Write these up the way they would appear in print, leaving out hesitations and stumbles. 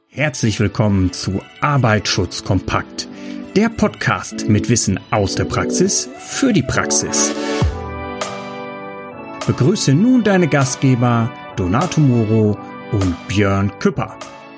Herzlich willkommen zu Arbeitsschutz kompakt, der Podcast mit Wissen aus der Praxis für die Praxis. Begrüße nun deine Gastgeber Donato Moro und Björn Küpper.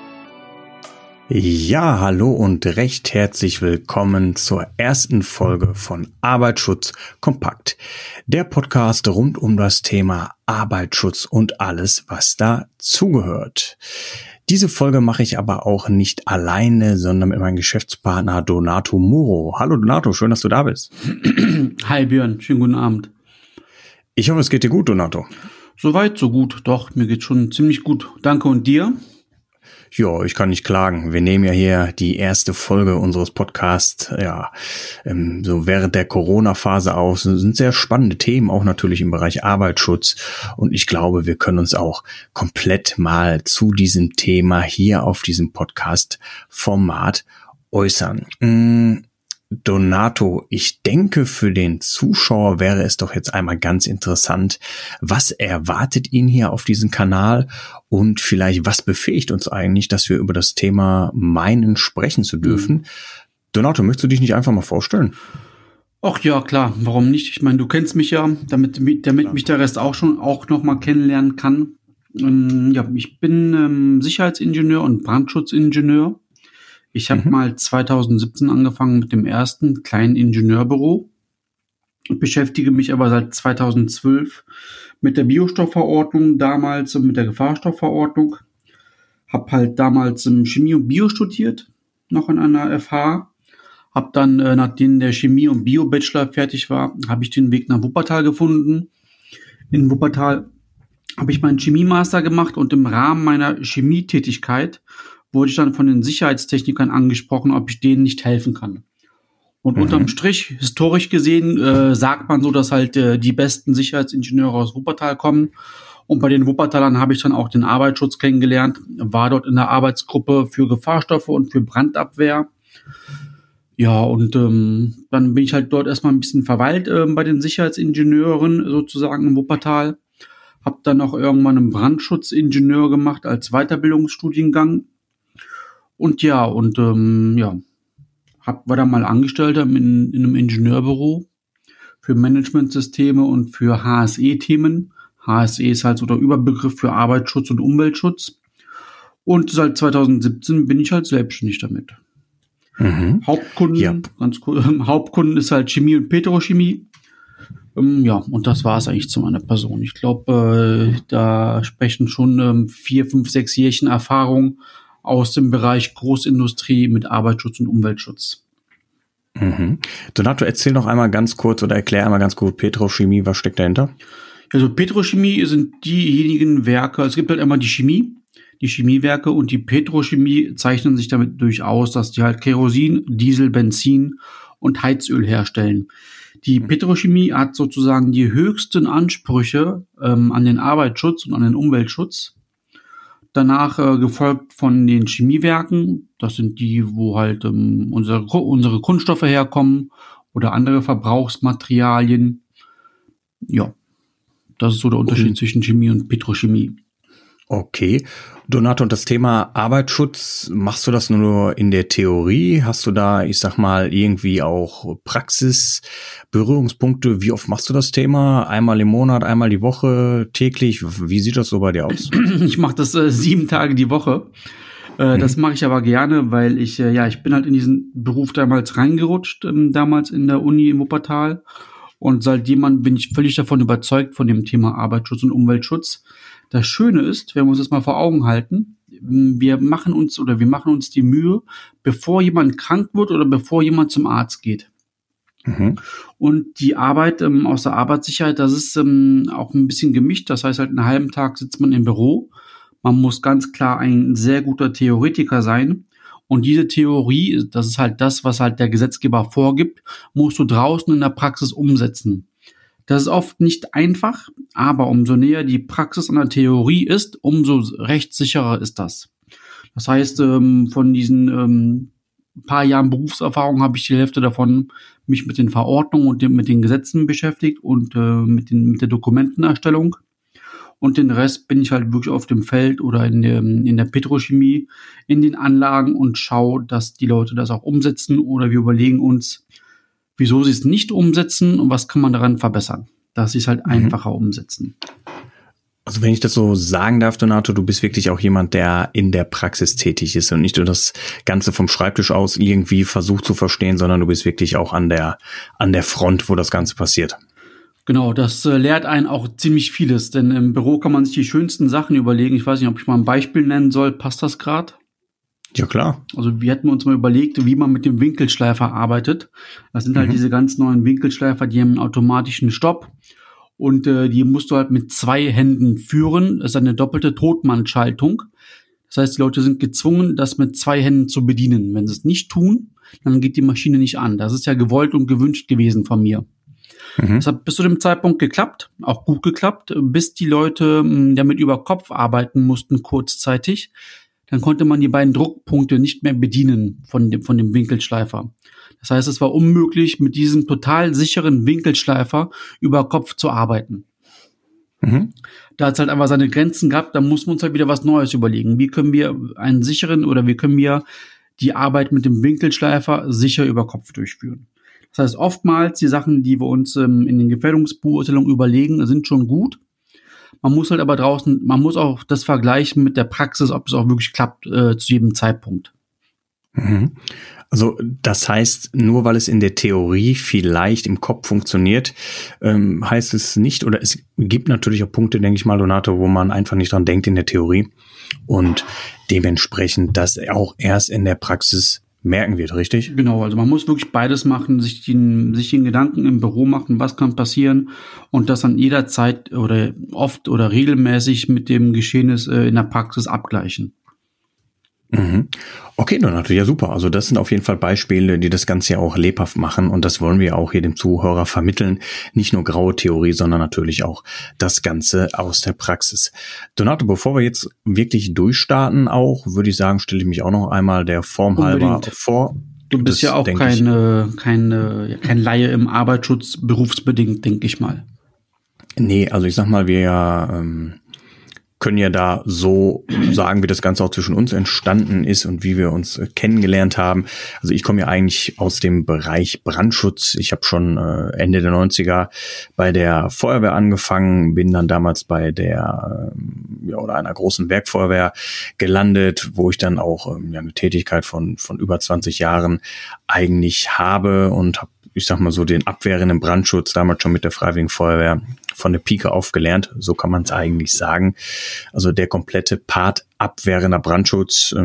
Ja, hallo und recht herzlich willkommen zur ersten Folge von Arbeitsschutz kompakt, der Podcast rund um das Thema Arbeitsschutz und alles, was dazugehört. Diese Folge mache ich aber auch nicht alleine, sondern mit meinem Geschäftspartner Donato Moro. Hallo Donato, schön, dass du da bist. Hi Björn, schönen guten Abend. Ich hoffe, es geht dir gut, Donato. Soweit, so gut. Doch, mir geht's schon ziemlich gut. Danke, und dir? Ja, ich kann nicht klagen. Wir nehmen ja hier die erste Folge unseres Podcasts, so während der Corona-Phase auf. Das sind sehr spannende Themen, auch natürlich im Bereich Arbeitsschutz. Und ich glaube, wir können uns auch komplett mal zu diesem Thema hier auf diesem Podcast-Format äußern. Donato, ich denke, für den Zuschauer wäre es doch jetzt einmal ganz interessant, was erwartet ihn hier auf diesem Kanal und vielleicht, was befähigt uns eigentlich, dass wir über das Thema meinen sprechen zu dürfen. Donato, möchtest du dich nicht einfach mal vorstellen? Ach ja, klar, warum nicht? Ich meine, du kennst mich ja, damit mich der Rest auch noch mal kennenlernen kann. Ich bin Sicherheitsingenieur und Brandschutzingenieur. Ich habe mal 2017 angefangen mit dem ersten kleinen Ingenieurbüro, beschäftige mich aber seit 2012 mit der Biostoffverordnung damals und mit der Gefahrstoffverordnung. Habe halt damals Chemie und Bio studiert, noch in einer FH. Habe dann, nachdem der Chemie- und Bio-Bachelor fertig war, habe ich den Weg nach Wuppertal gefunden. In Wuppertal habe ich meinen Chemiemaster gemacht und im Rahmen meiner Chemietätigkeit wurde ich dann von den Sicherheitstechnikern angesprochen, ob ich denen nicht helfen kann. Und unterm Strich, historisch gesehen, sagt man so, dass halt die besten Sicherheitsingenieure aus Wuppertal kommen. Und bei den Wuppertalern habe ich dann auch den Arbeitsschutz kennengelernt, war dort in der Arbeitsgruppe für Gefahrstoffe und für Brandabwehr. Ja, und dann bin ich halt dort erstmal ein bisschen verweilt bei den Sicherheitsingenieuren sozusagen in Wuppertal. Hab dann auch irgendwann einen Brandschutzingenieur gemacht als Weiterbildungsstudiengang. War dann mal Angestellter in einem Ingenieurbüro für Managementsysteme und für HSE-Themen. HSE ist halt so der Überbegriff für Arbeitsschutz und Umweltschutz. Und seit 2017 bin ich halt selbstständig damit. Hauptkunden ist halt Chemie und Petrochemie. Und das war es eigentlich zu meiner Person. Ich glaube, da sprechen schon 4, 5, 6 Jährchen Erfahrung aus dem Bereich Großindustrie mit Arbeitsschutz und Umweltschutz. Donato, erzähl noch einmal ganz kurz oder erklär einmal ganz kurz Petrochemie, was steckt dahinter? Also Petrochemie sind diejenigen Werke, es gibt halt einmal die Chemiewerke, und die Petrochemie zeichnen sich damit durchaus, dass die halt Kerosin, Diesel, Benzin und Heizöl herstellen. Die Petrochemie hat sozusagen die höchsten Ansprüche an den Arbeitsschutz und an den Umweltschutz. Danach gefolgt von den Chemiewerken. Das sind die, wo halt unsere Kunststoffe herkommen oder andere Verbrauchsmaterialien. Ja, das ist so der Unterschied zwischen Chemie und Petrochemie. Okay. Donato, und das Thema Arbeitsschutz, machst du das nur in der Theorie? Hast du da, ich sag mal, irgendwie auch Praxisberührungspunkte? Wie oft machst du das Thema? Einmal im Monat, einmal die Woche, täglich? Wie sieht das so bei dir aus? Ich mache das 7 Tage die Woche. Das mache ich aber gerne, weil ich bin halt in diesen Beruf damals reingerutscht, damals in der Uni in Wuppertal. Und seitdem bin ich völlig davon überzeugt von dem Thema Arbeitsschutz und Umweltschutz. Das Schöne ist, wenn wir uns das mal vor Augen halten, wir machen uns die Mühe, bevor jemand krank wird oder bevor jemand zum Arzt geht. Und die Arbeit aus der Arbeitssicherheit, das ist auch ein bisschen gemischt. Das heißt halt, einen halben Tag sitzt man im Büro. Man muss ganz klar ein sehr guter Theoretiker sein. Und diese Theorie, das ist halt das, was halt der Gesetzgeber vorgibt, musst du draußen in der Praxis umsetzen. Das ist oft nicht einfach, aber umso näher die Praxis an der Theorie ist, umso rechtssicherer ist das. Das heißt, von diesen paar Jahren Berufserfahrung habe ich die Hälfte davon mich mit den Verordnungen und mit den Gesetzen beschäftigt und mit der Dokumentenerstellung. und den Rest bin ich halt wirklich auf dem Feld oder in der Petrochemie, in den Anlagen und schaue, dass die Leute das auch umsetzen oder wir überlegen uns, wieso sie es nicht umsetzen und was kann man daran verbessern, dass sie es halt einfacher umsetzen. Also wenn ich das so sagen darf, Donato, du bist wirklich auch jemand, der in der Praxis tätig ist und nicht nur das Ganze vom Schreibtisch aus irgendwie versucht zu verstehen, sondern du bist wirklich auch an der Front, wo das Ganze passiert. Genau, das lehrt einen auch ziemlich vieles, denn im Büro kann man sich die schönsten Sachen überlegen. Ich weiß nicht, ob ich mal ein Beispiel nennen soll. Passt das gerade? Ja, klar. Also wir hatten uns mal überlegt, wie man mit dem Winkelschleifer arbeitet. Das sind halt diese ganz neuen Winkelschleifer, die haben einen automatischen Stopp. Und die musst du halt mit 2 Händen führen. Das ist eine doppelte Totmannschaltung. Das heißt, die Leute sind gezwungen, das mit 2 Händen zu bedienen. Wenn sie es nicht tun, dann geht die Maschine nicht an. Das ist ja gewollt und gewünscht gewesen von mir. Das hat bis zu dem Zeitpunkt geklappt, auch gut geklappt, bis die Leute damit über Kopf arbeiten mussten kurzzeitig. Dann konnte man die beiden Druckpunkte nicht mehr bedienen von dem Winkelschleifer. Das heißt, es war unmöglich, mit diesem total sicheren Winkelschleifer über Kopf zu arbeiten. Da hat es halt einfach seine Grenzen gehabt, da mussten wir uns halt wieder was Neues überlegen. Wie können wir einen sicheren oder wie können wir die Arbeit mit dem Winkelschleifer sicher über Kopf durchführen? Das heißt, oftmals die Sachen, die wir uns in den Gefährdungsbeurteilungen überlegen, sind schon gut. Man muss halt aber man muss auch das vergleichen mit der Praxis, ob es auch wirklich klappt zu jedem Zeitpunkt. Also das heißt, nur weil es in der Theorie vielleicht im Kopf funktioniert, heißt es nicht, oder es gibt natürlich auch Punkte, denke ich mal, Donato, wo man einfach nicht dran denkt in der Theorie und dementsprechend das auch erst in der Praxis merken wird, richtig? Genau, also man muss wirklich beides machen, sich den Gedanken im Büro machen, was kann passieren und das an jeder Zeit oder oft oder regelmäßig mit dem Geschehnis in der Praxis abgleichen. Okay, Donato, ja super. Also das sind auf jeden Fall Beispiele, die das Ganze ja auch lebhaft machen und das wollen wir auch hier dem Zuhörer vermitteln. Nicht nur graue Theorie, sondern natürlich auch das Ganze aus der Praxis. Donato, bevor wir jetzt wirklich durchstarten auch, würde ich sagen, stelle ich mich auch noch einmal der Form halber vor. Du bist ja auch kein Laie im Arbeitsschutz, berufsbedingt, denke ich mal. Nee, also ich sag mal, wir können ja da so sagen, wie das Ganze auch zwischen uns entstanden ist und wie wir uns kennengelernt haben. Also ich komme ja eigentlich aus dem Bereich Brandschutz. Ich habe schon Ende der 90er bei der Feuerwehr angefangen, bin dann damals bei der oder einer großen Werkfeuerwehr gelandet, wo ich dann auch eine Tätigkeit von über 20 Jahren eigentlich habe und habe, ich sag mal so, den abwehrenden Brandschutz damals schon mit der Freiwilligen Feuerwehr von der Pike auf gelernt, so kann man es eigentlich sagen. Also der komplette Part abwehrender Brandschutz,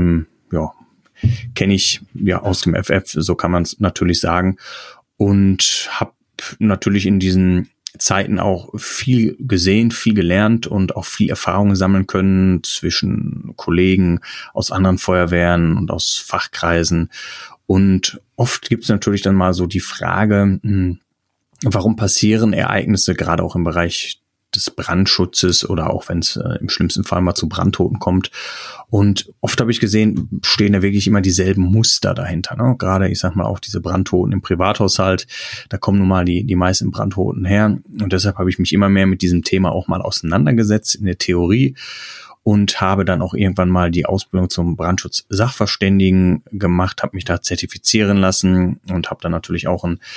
kenne ich ja aus dem FF, so kann man es natürlich sagen. Und habe natürlich in diesen Zeiten auch viel gesehen, viel gelernt und auch viel Erfahrung sammeln können zwischen Kollegen aus anderen Feuerwehren und aus Fachkreisen. Und oft gibt es natürlich dann mal so die Frage, warum passieren Ereignisse gerade auch im Bereich des Brandschutzes oder auch wenn es im schlimmsten Fall mal zu Brandtoten kommt. Und oft habe ich gesehen, stehen da wirklich immer dieselben Muster dahinter. Ne? Gerade, ich sag mal, auch diese Brandtoten im Privathaushalt, da kommen nun mal die meisten Brandtoten her. Und deshalb habe ich mich immer mehr mit diesem Thema auch mal auseinandergesetzt in der Theorie und habe dann auch irgendwann mal die Ausbildung zum Brandschutz-Sachverständigen gemacht, habe mich da zertifizieren lassen und habe dann natürlich auch ein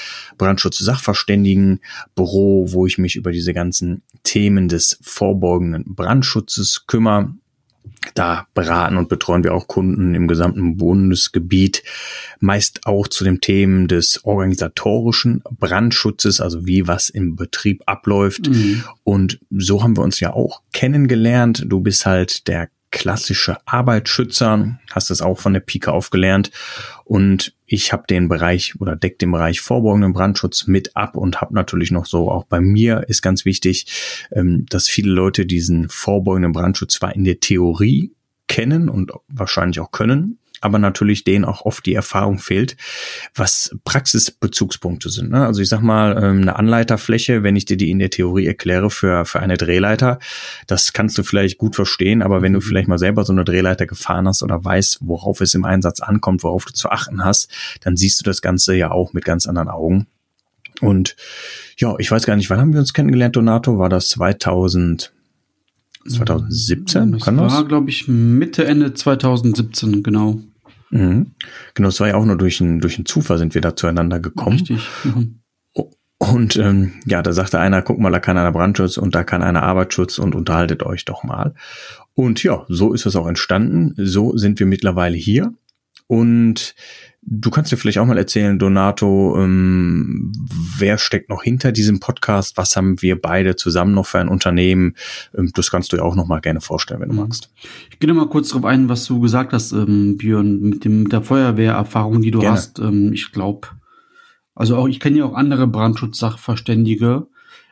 Brandschutz-Sachverständigenbüro, wo ich mich über diese ganzen Themen des vorbeugenden Brandschutzes kümmere. Da beraten und betreuen wir auch Kunden im gesamten Bundesgebiet, meist auch zu den Themen des organisatorischen Brandschutzes, also wie was im Betrieb abläuft. Und so haben wir uns ja auch kennengelernt. Du bist halt der klassische Arbeitsschützer, hast das auch von der Pike auf gelernt und ich habe den Bereich oder deck den Bereich vorbeugenden Brandschutz mit ab und habe natürlich noch so, auch bei mir ist ganz wichtig, dass viele Leute diesen vorbeugenden Brandschutz zwar in der Theorie kennen und wahrscheinlich auch können, aber natürlich denen auch oft die Erfahrung fehlt, was Praxisbezugspunkte sind. Ne? Also ich sag mal, eine Anleiterfläche, wenn ich dir die in der Theorie erkläre für eine Drehleiter, das kannst du vielleicht gut verstehen, aber wenn du vielleicht mal selber so eine Drehleiter gefahren hast oder weißt, worauf es im Einsatz ankommt, worauf du zu achten hast, dann siehst du das Ganze ja auch mit ganz anderen Augen. Und ja, ich weiß gar nicht, wann haben wir uns kennengelernt, Donato? War das 2018 2017, kann das? Das war, glaube ich, Mitte, Ende 2017, genau. Mhm. Genau, es war ja auch nur durch einen Zufall sind wir da zueinander gekommen. Richtig. Mhm. Und da sagte einer, guck mal, da kann einer Brandschutz und da kann einer Arbeitsschutz und unterhaltet euch doch mal. Und ja, so ist es auch entstanden. So sind wir mittlerweile hier. Und du kannst dir vielleicht auch mal erzählen, Donato, wer steckt noch hinter diesem Podcast? Was haben wir beide zusammen noch für ein Unternehmen? Das kannst du ja auch noch mal gerne vorstellen, wenn du magst. Ich gehe noch mal kurz darauf ein, was du gesagt hast, Björn, mit der Feuerwehrerfahrung, die du Gerne. hast. Ich glaube, also auch ich kenne ja auch andere Brandschutzsachverständige.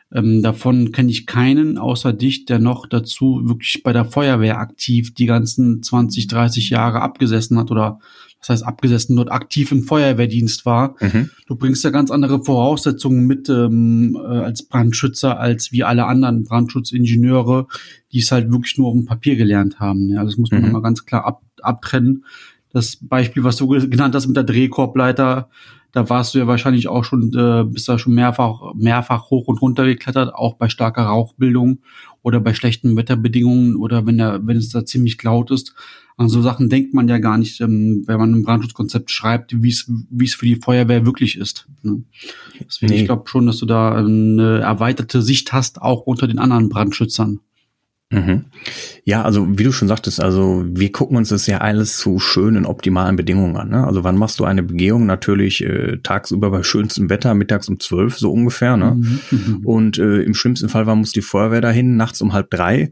Davon kenne ich keinen außer dich, der noch dazu wirklich bei der Feuerwehr aktiv die ganzen 20, 30 Jahre abgesessen hat oder das heißt abgesessen, dort aktiv im Feuerwehrdienst war. Mhm. Du bringst ja ganz andere Voraussetzungen mit als Brandschützer, als wie alle anderen Brandschutzingenieure, die es halt wirklich nur auf dem Papier gelernt haben. Ja, das muss man mal ganz klar abtrennen. Das Beispiel, was du genannt hast mit der Drehkorbleiter, da warst du ja wahrscheinlich auch schon, bist da schon mehrfach hoch und runter geklettert, auch bei starker Rauchbildung oder bei schlechten Wetterbedingungen oder wenn es da ziemlich laut ist. An so Sachen denkt man ja gar nicht, wenn man ein Brandschutzkonzept schreibt, wie es für die Feuerwehr wirklich ist. Deswegen, ich glaube schon, dass du da eine erweiterte Sicht hast, auch unter den anderen Brandschützern. Mhm. Ja, also wie du schon sagtest, also wir gucken uns das ja alles zu schönen, optimalen Bedingungen an. Ne? Also wann machst du eine Begehung? Natürlich tagsüber bei schönstem Wetter, mittags um 12 so ungefähr. Ne? Mhm. Und im schlimmsten Fall, wann muss die Feuerwehr dahin? Nachts um 2:30.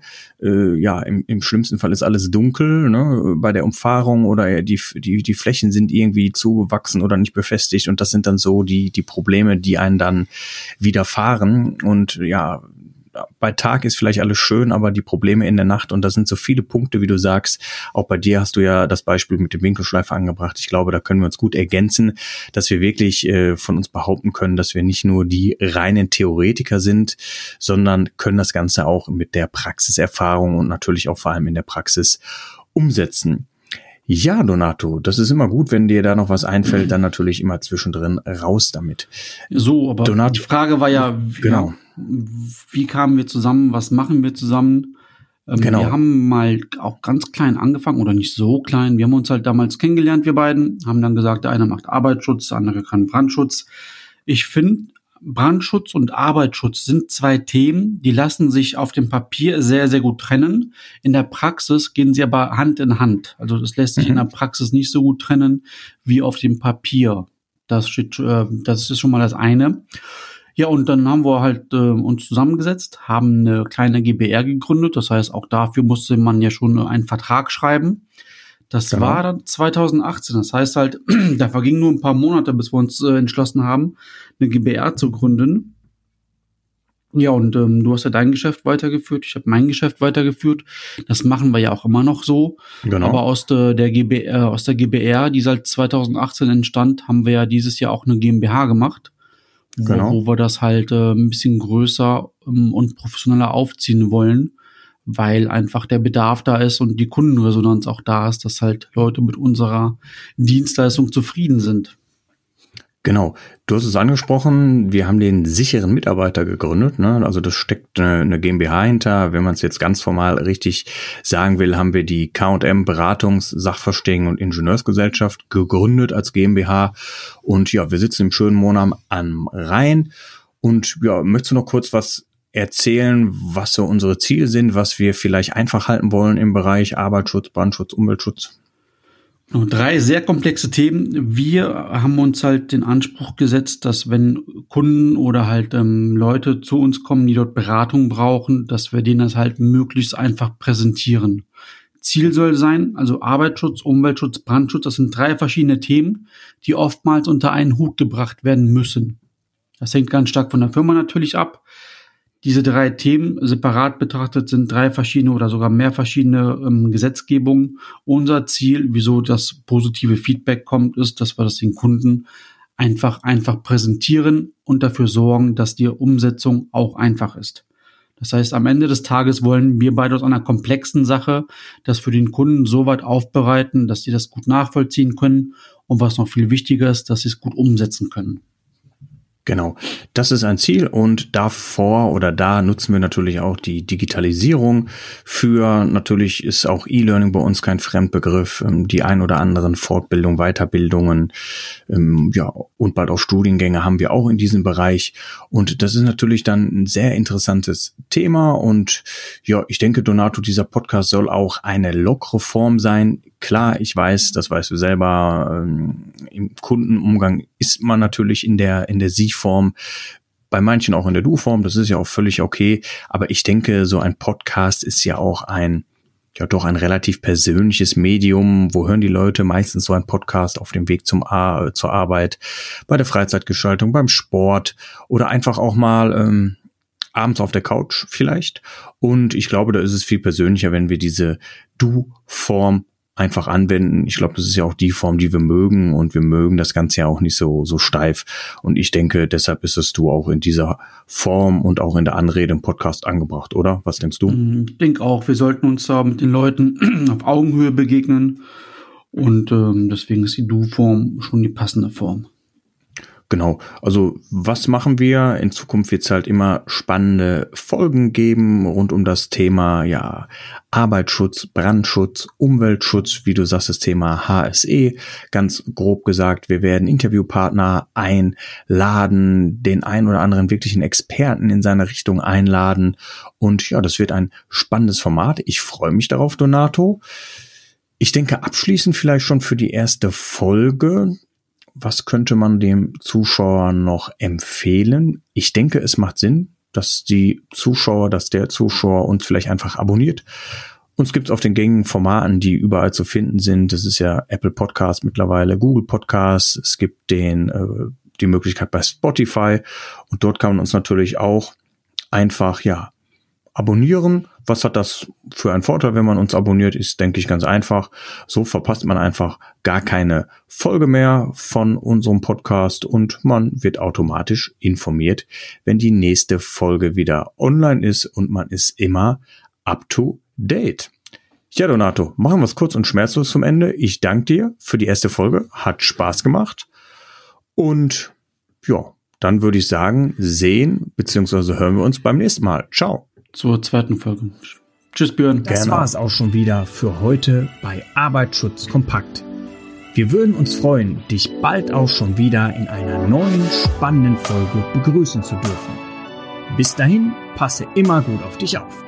Im schlimmsten Fall ist alles dunkel, ne? Bei der Umfahrung oder die Flächen sind irgendwie zugewachsen oder nicht befestigt. Und das sind dann so die Probleme, die einen dann widerfahren. Und ja, bei Tag ist vielleicht alles schön, aber die Probleme in der Nacht, und da sind so viele Punkte, wie du sagst, auch bei dir hast du ja das Beispiel mit dem Winkelschleifer angebracht. Ich glaube, da können wir uns gut ergänzen, dass wir wirklich von uns behaupten können, dass wir nicht nur die reinen Theoretiker sind, sondern können das Ganze auch mit der Praxiserfahrung und natürlich auch vor allem in der Praxis umsetzen. Ja, Donato, das ist immer gut, wenn dir da noch was einfällt, dann natürlich immer zwischendrin raus damit. So, aber Donato, die Frage war ja, genau. Wie kamen wir zusammen, was machen wir zusammen? Genau. Wir haben mal auch ganz klein angefangen oder nicht so klein. Wir haben uns halt damals kennengelernt, wir beiden, haben dann gesagt, der eine macht Arbeitsschutz, der andere kann Brandschutz. Ich finde, Brandschutz und Arbeitsschutz sind zwei Themen, die lassen sich auf dem Papier sehr, sehr gut trennen. In der Praxis gehen sie aber Hand in Hand. Also das lässt sich in der Praxis nicht so gut trennen wie auf dem Papier. Das ist schon mal das eine. Ja, und dann haben wir halt uns zusammengesetzt, haben eine kleine GbR gegründet. Das heißt, auch dafür musste man ja schon einen Vertrag schreiben. Das war dann 2018. Das heißt halt, da vergingen nur ein paar Monate, bis wir uns entschlossen haben, eine GbR zu gründen. Ja, und du hast ja dein Geschäft weitergeführt, ich habe mein Geschäft weitergeführt. Das machen wir ja auch immer noch so. Genau. Aber aus der GbR, die seit 2018 entstand, haben wir ja dieses Jahr auch eine GmbH gemacht. Genau. Wo wir das halt ein bisschen größer und professioneller aufziehen wollen, weil einfach der Bedarf da ist und die Kundenresonanz auch da ist, dass halt Leute mit unserer Dienstleistung zufrieden sind. Genau. Du hast es angesprochen, wir haben den sicheren Mitarbeiter gegründet, ne? Also das steckt eine GmbH hinter. Wenn man es jetzt ganz formal richtig sagen will, haben wir die K&M Beratungs-, Sachverständigen- und Ingenieursgesellschaft gegründet als GmbH. Und ja, wir sitzen im schönen Monheim am Rhein. Und ja, möchtest du noch kurz was erzählen, was so unsere Ziele sind, was wir vielleicht einfach halten wollen im Bereich Arbeitsschutz, Brandschutz, Umweltschutz? 3 sehr komplexe Themen. Wir haben uns halt den Anspruch gesetzt, dass wenn Kunden oder halt Leute zu uns kommen, die dort Beratung brauchen, dass wir denen das halt möglichst einfach präsentieren. Ziel soll sein, also Arbeitsschutz, Umweltschutz, Brandschutz, das sind 3 verschiedene Themen, die oftmals unter einen Hut gebracht werden müssen. Das hängt ganz stark von der Firma natürlich ab. Diese 3 Themen separat betrachtet sind 3 verschiedene oder sogar mehr verschiedene Gesetzgebungen. Unser Ziel, wieso das positive Feedback kommt, ist, dass wir das den Kunden einfach präsentieren und dafür sorgen, dass die Umsetzung auch einfach ist. Das heißt, am Ende des Tages wollen wir beide aus einer komplexen Sache das für den Kunden so weit aufbereiten, dass sie das gut nachvollziehen können und was noch viel wichtiger ist, dass sie es gut umsetzen können. Genau, das ist ein Ziel und da nutzen wir natürlich auch die Digitalisierung für, natürlich ist auch E-Learning bei uns kein Fremdbegriff, die ein oder anderen Fortbildungen, Weiterbildungen, und bald auch Studiengänge haben wir auch in diesem Bereich und das ist natürlich dann ein sehr interessantes Thema und ja, ich denke, Donato, dieser Podcast soll auch eine lockere Form sein. Klar, ich weiß, das weißt du selber, im Kundenumgang ist man natürlich in der Sie-Form, bei manchen auch in der Du-Form, das ist ja auch völlig okay, aber ich denke, so ein Podcast ist ja auch ein relativ persönliches Medium. Wo hören die Leute meistens so einen Podcast? Auf dem Weg zur Arbeit, bei der Freizeitgestaltung, beim Sport oder einfach auch mal abends auf der Couch vielleicht. Und ich glaube, da ist es viel persönlicher, wenn wir diese Du-Form einfach anwenden. Ich glaube, das ist ja auch die Form, die wir mögen und wir mögen das Ganze ja auch nicht so steif. Und ich denke, deshalb ist es Du auch in dieser Form und auch in der Anrede im Podcast angebracht, oder? Was denkst du? Ich denke auch, wir sollten uns da mit den Leuten auf Augenhöhe begegnen und deswegen ist die Du-Form schon die passende Form. Genau, also was machen wir? In Zukunft wird es halt immer spannende Folgen geben rund um das Thema Arbeitsschutz, Brandschutz, Umweltschutz, wie du sagst, das Thema HSE. Ganz grob gesagt, wir werden Interviewpartner einladen, den ein oder anderen wirklichen Experten in seine Richtung einladen und ja, das wird ein spannendes Format. Ich freue mich darauf, Donato. Ich denke, abschließend vielleicht schon für die erste Folge. Was könnte man dem Zuschauer noch empfehlen? Ich denke, es macht Sinn, dass der Zuschauer uns vielleicht einfach abonniert. Uns gibt's auf den gängigen Formaten, die überall zu finden sind. Das ist ja Apple Podcast mittlerweile, Google Podcast. Es gibt die Möglichkeit bei Spotify und dort kann man uns natürlich auch einfach abonnieren. Was hat das für einen Vorteil, wenn man uns abonniert? Ist, denke ich, ganz einfach. So verpasst man einfach gar keine Folge mehr von unserem Podcast und man wird automatisch informiert, wenn die nächste Folge wieder online ist und man ist immer up to date. Ja, Donato, machen wir es kurz und schmerzlos zum Ende. Ich danke dir für die erste Folge. Hat Spaß gemacht. Und dann würde ich sagen, sehen bzw. hören wir uns beim nächsten Mal. Ciao. Zur zweiten Folge. Tschüss, Björn. Das war es auch schon wieder für heute bei Arbeitsschutz kompakt. Wir würden uns freuen, dich bald auch schon wieder in einer neuen spannenden Folge begrüßen zu dürfen. Bis dahin, passe immer gut auf dich auf.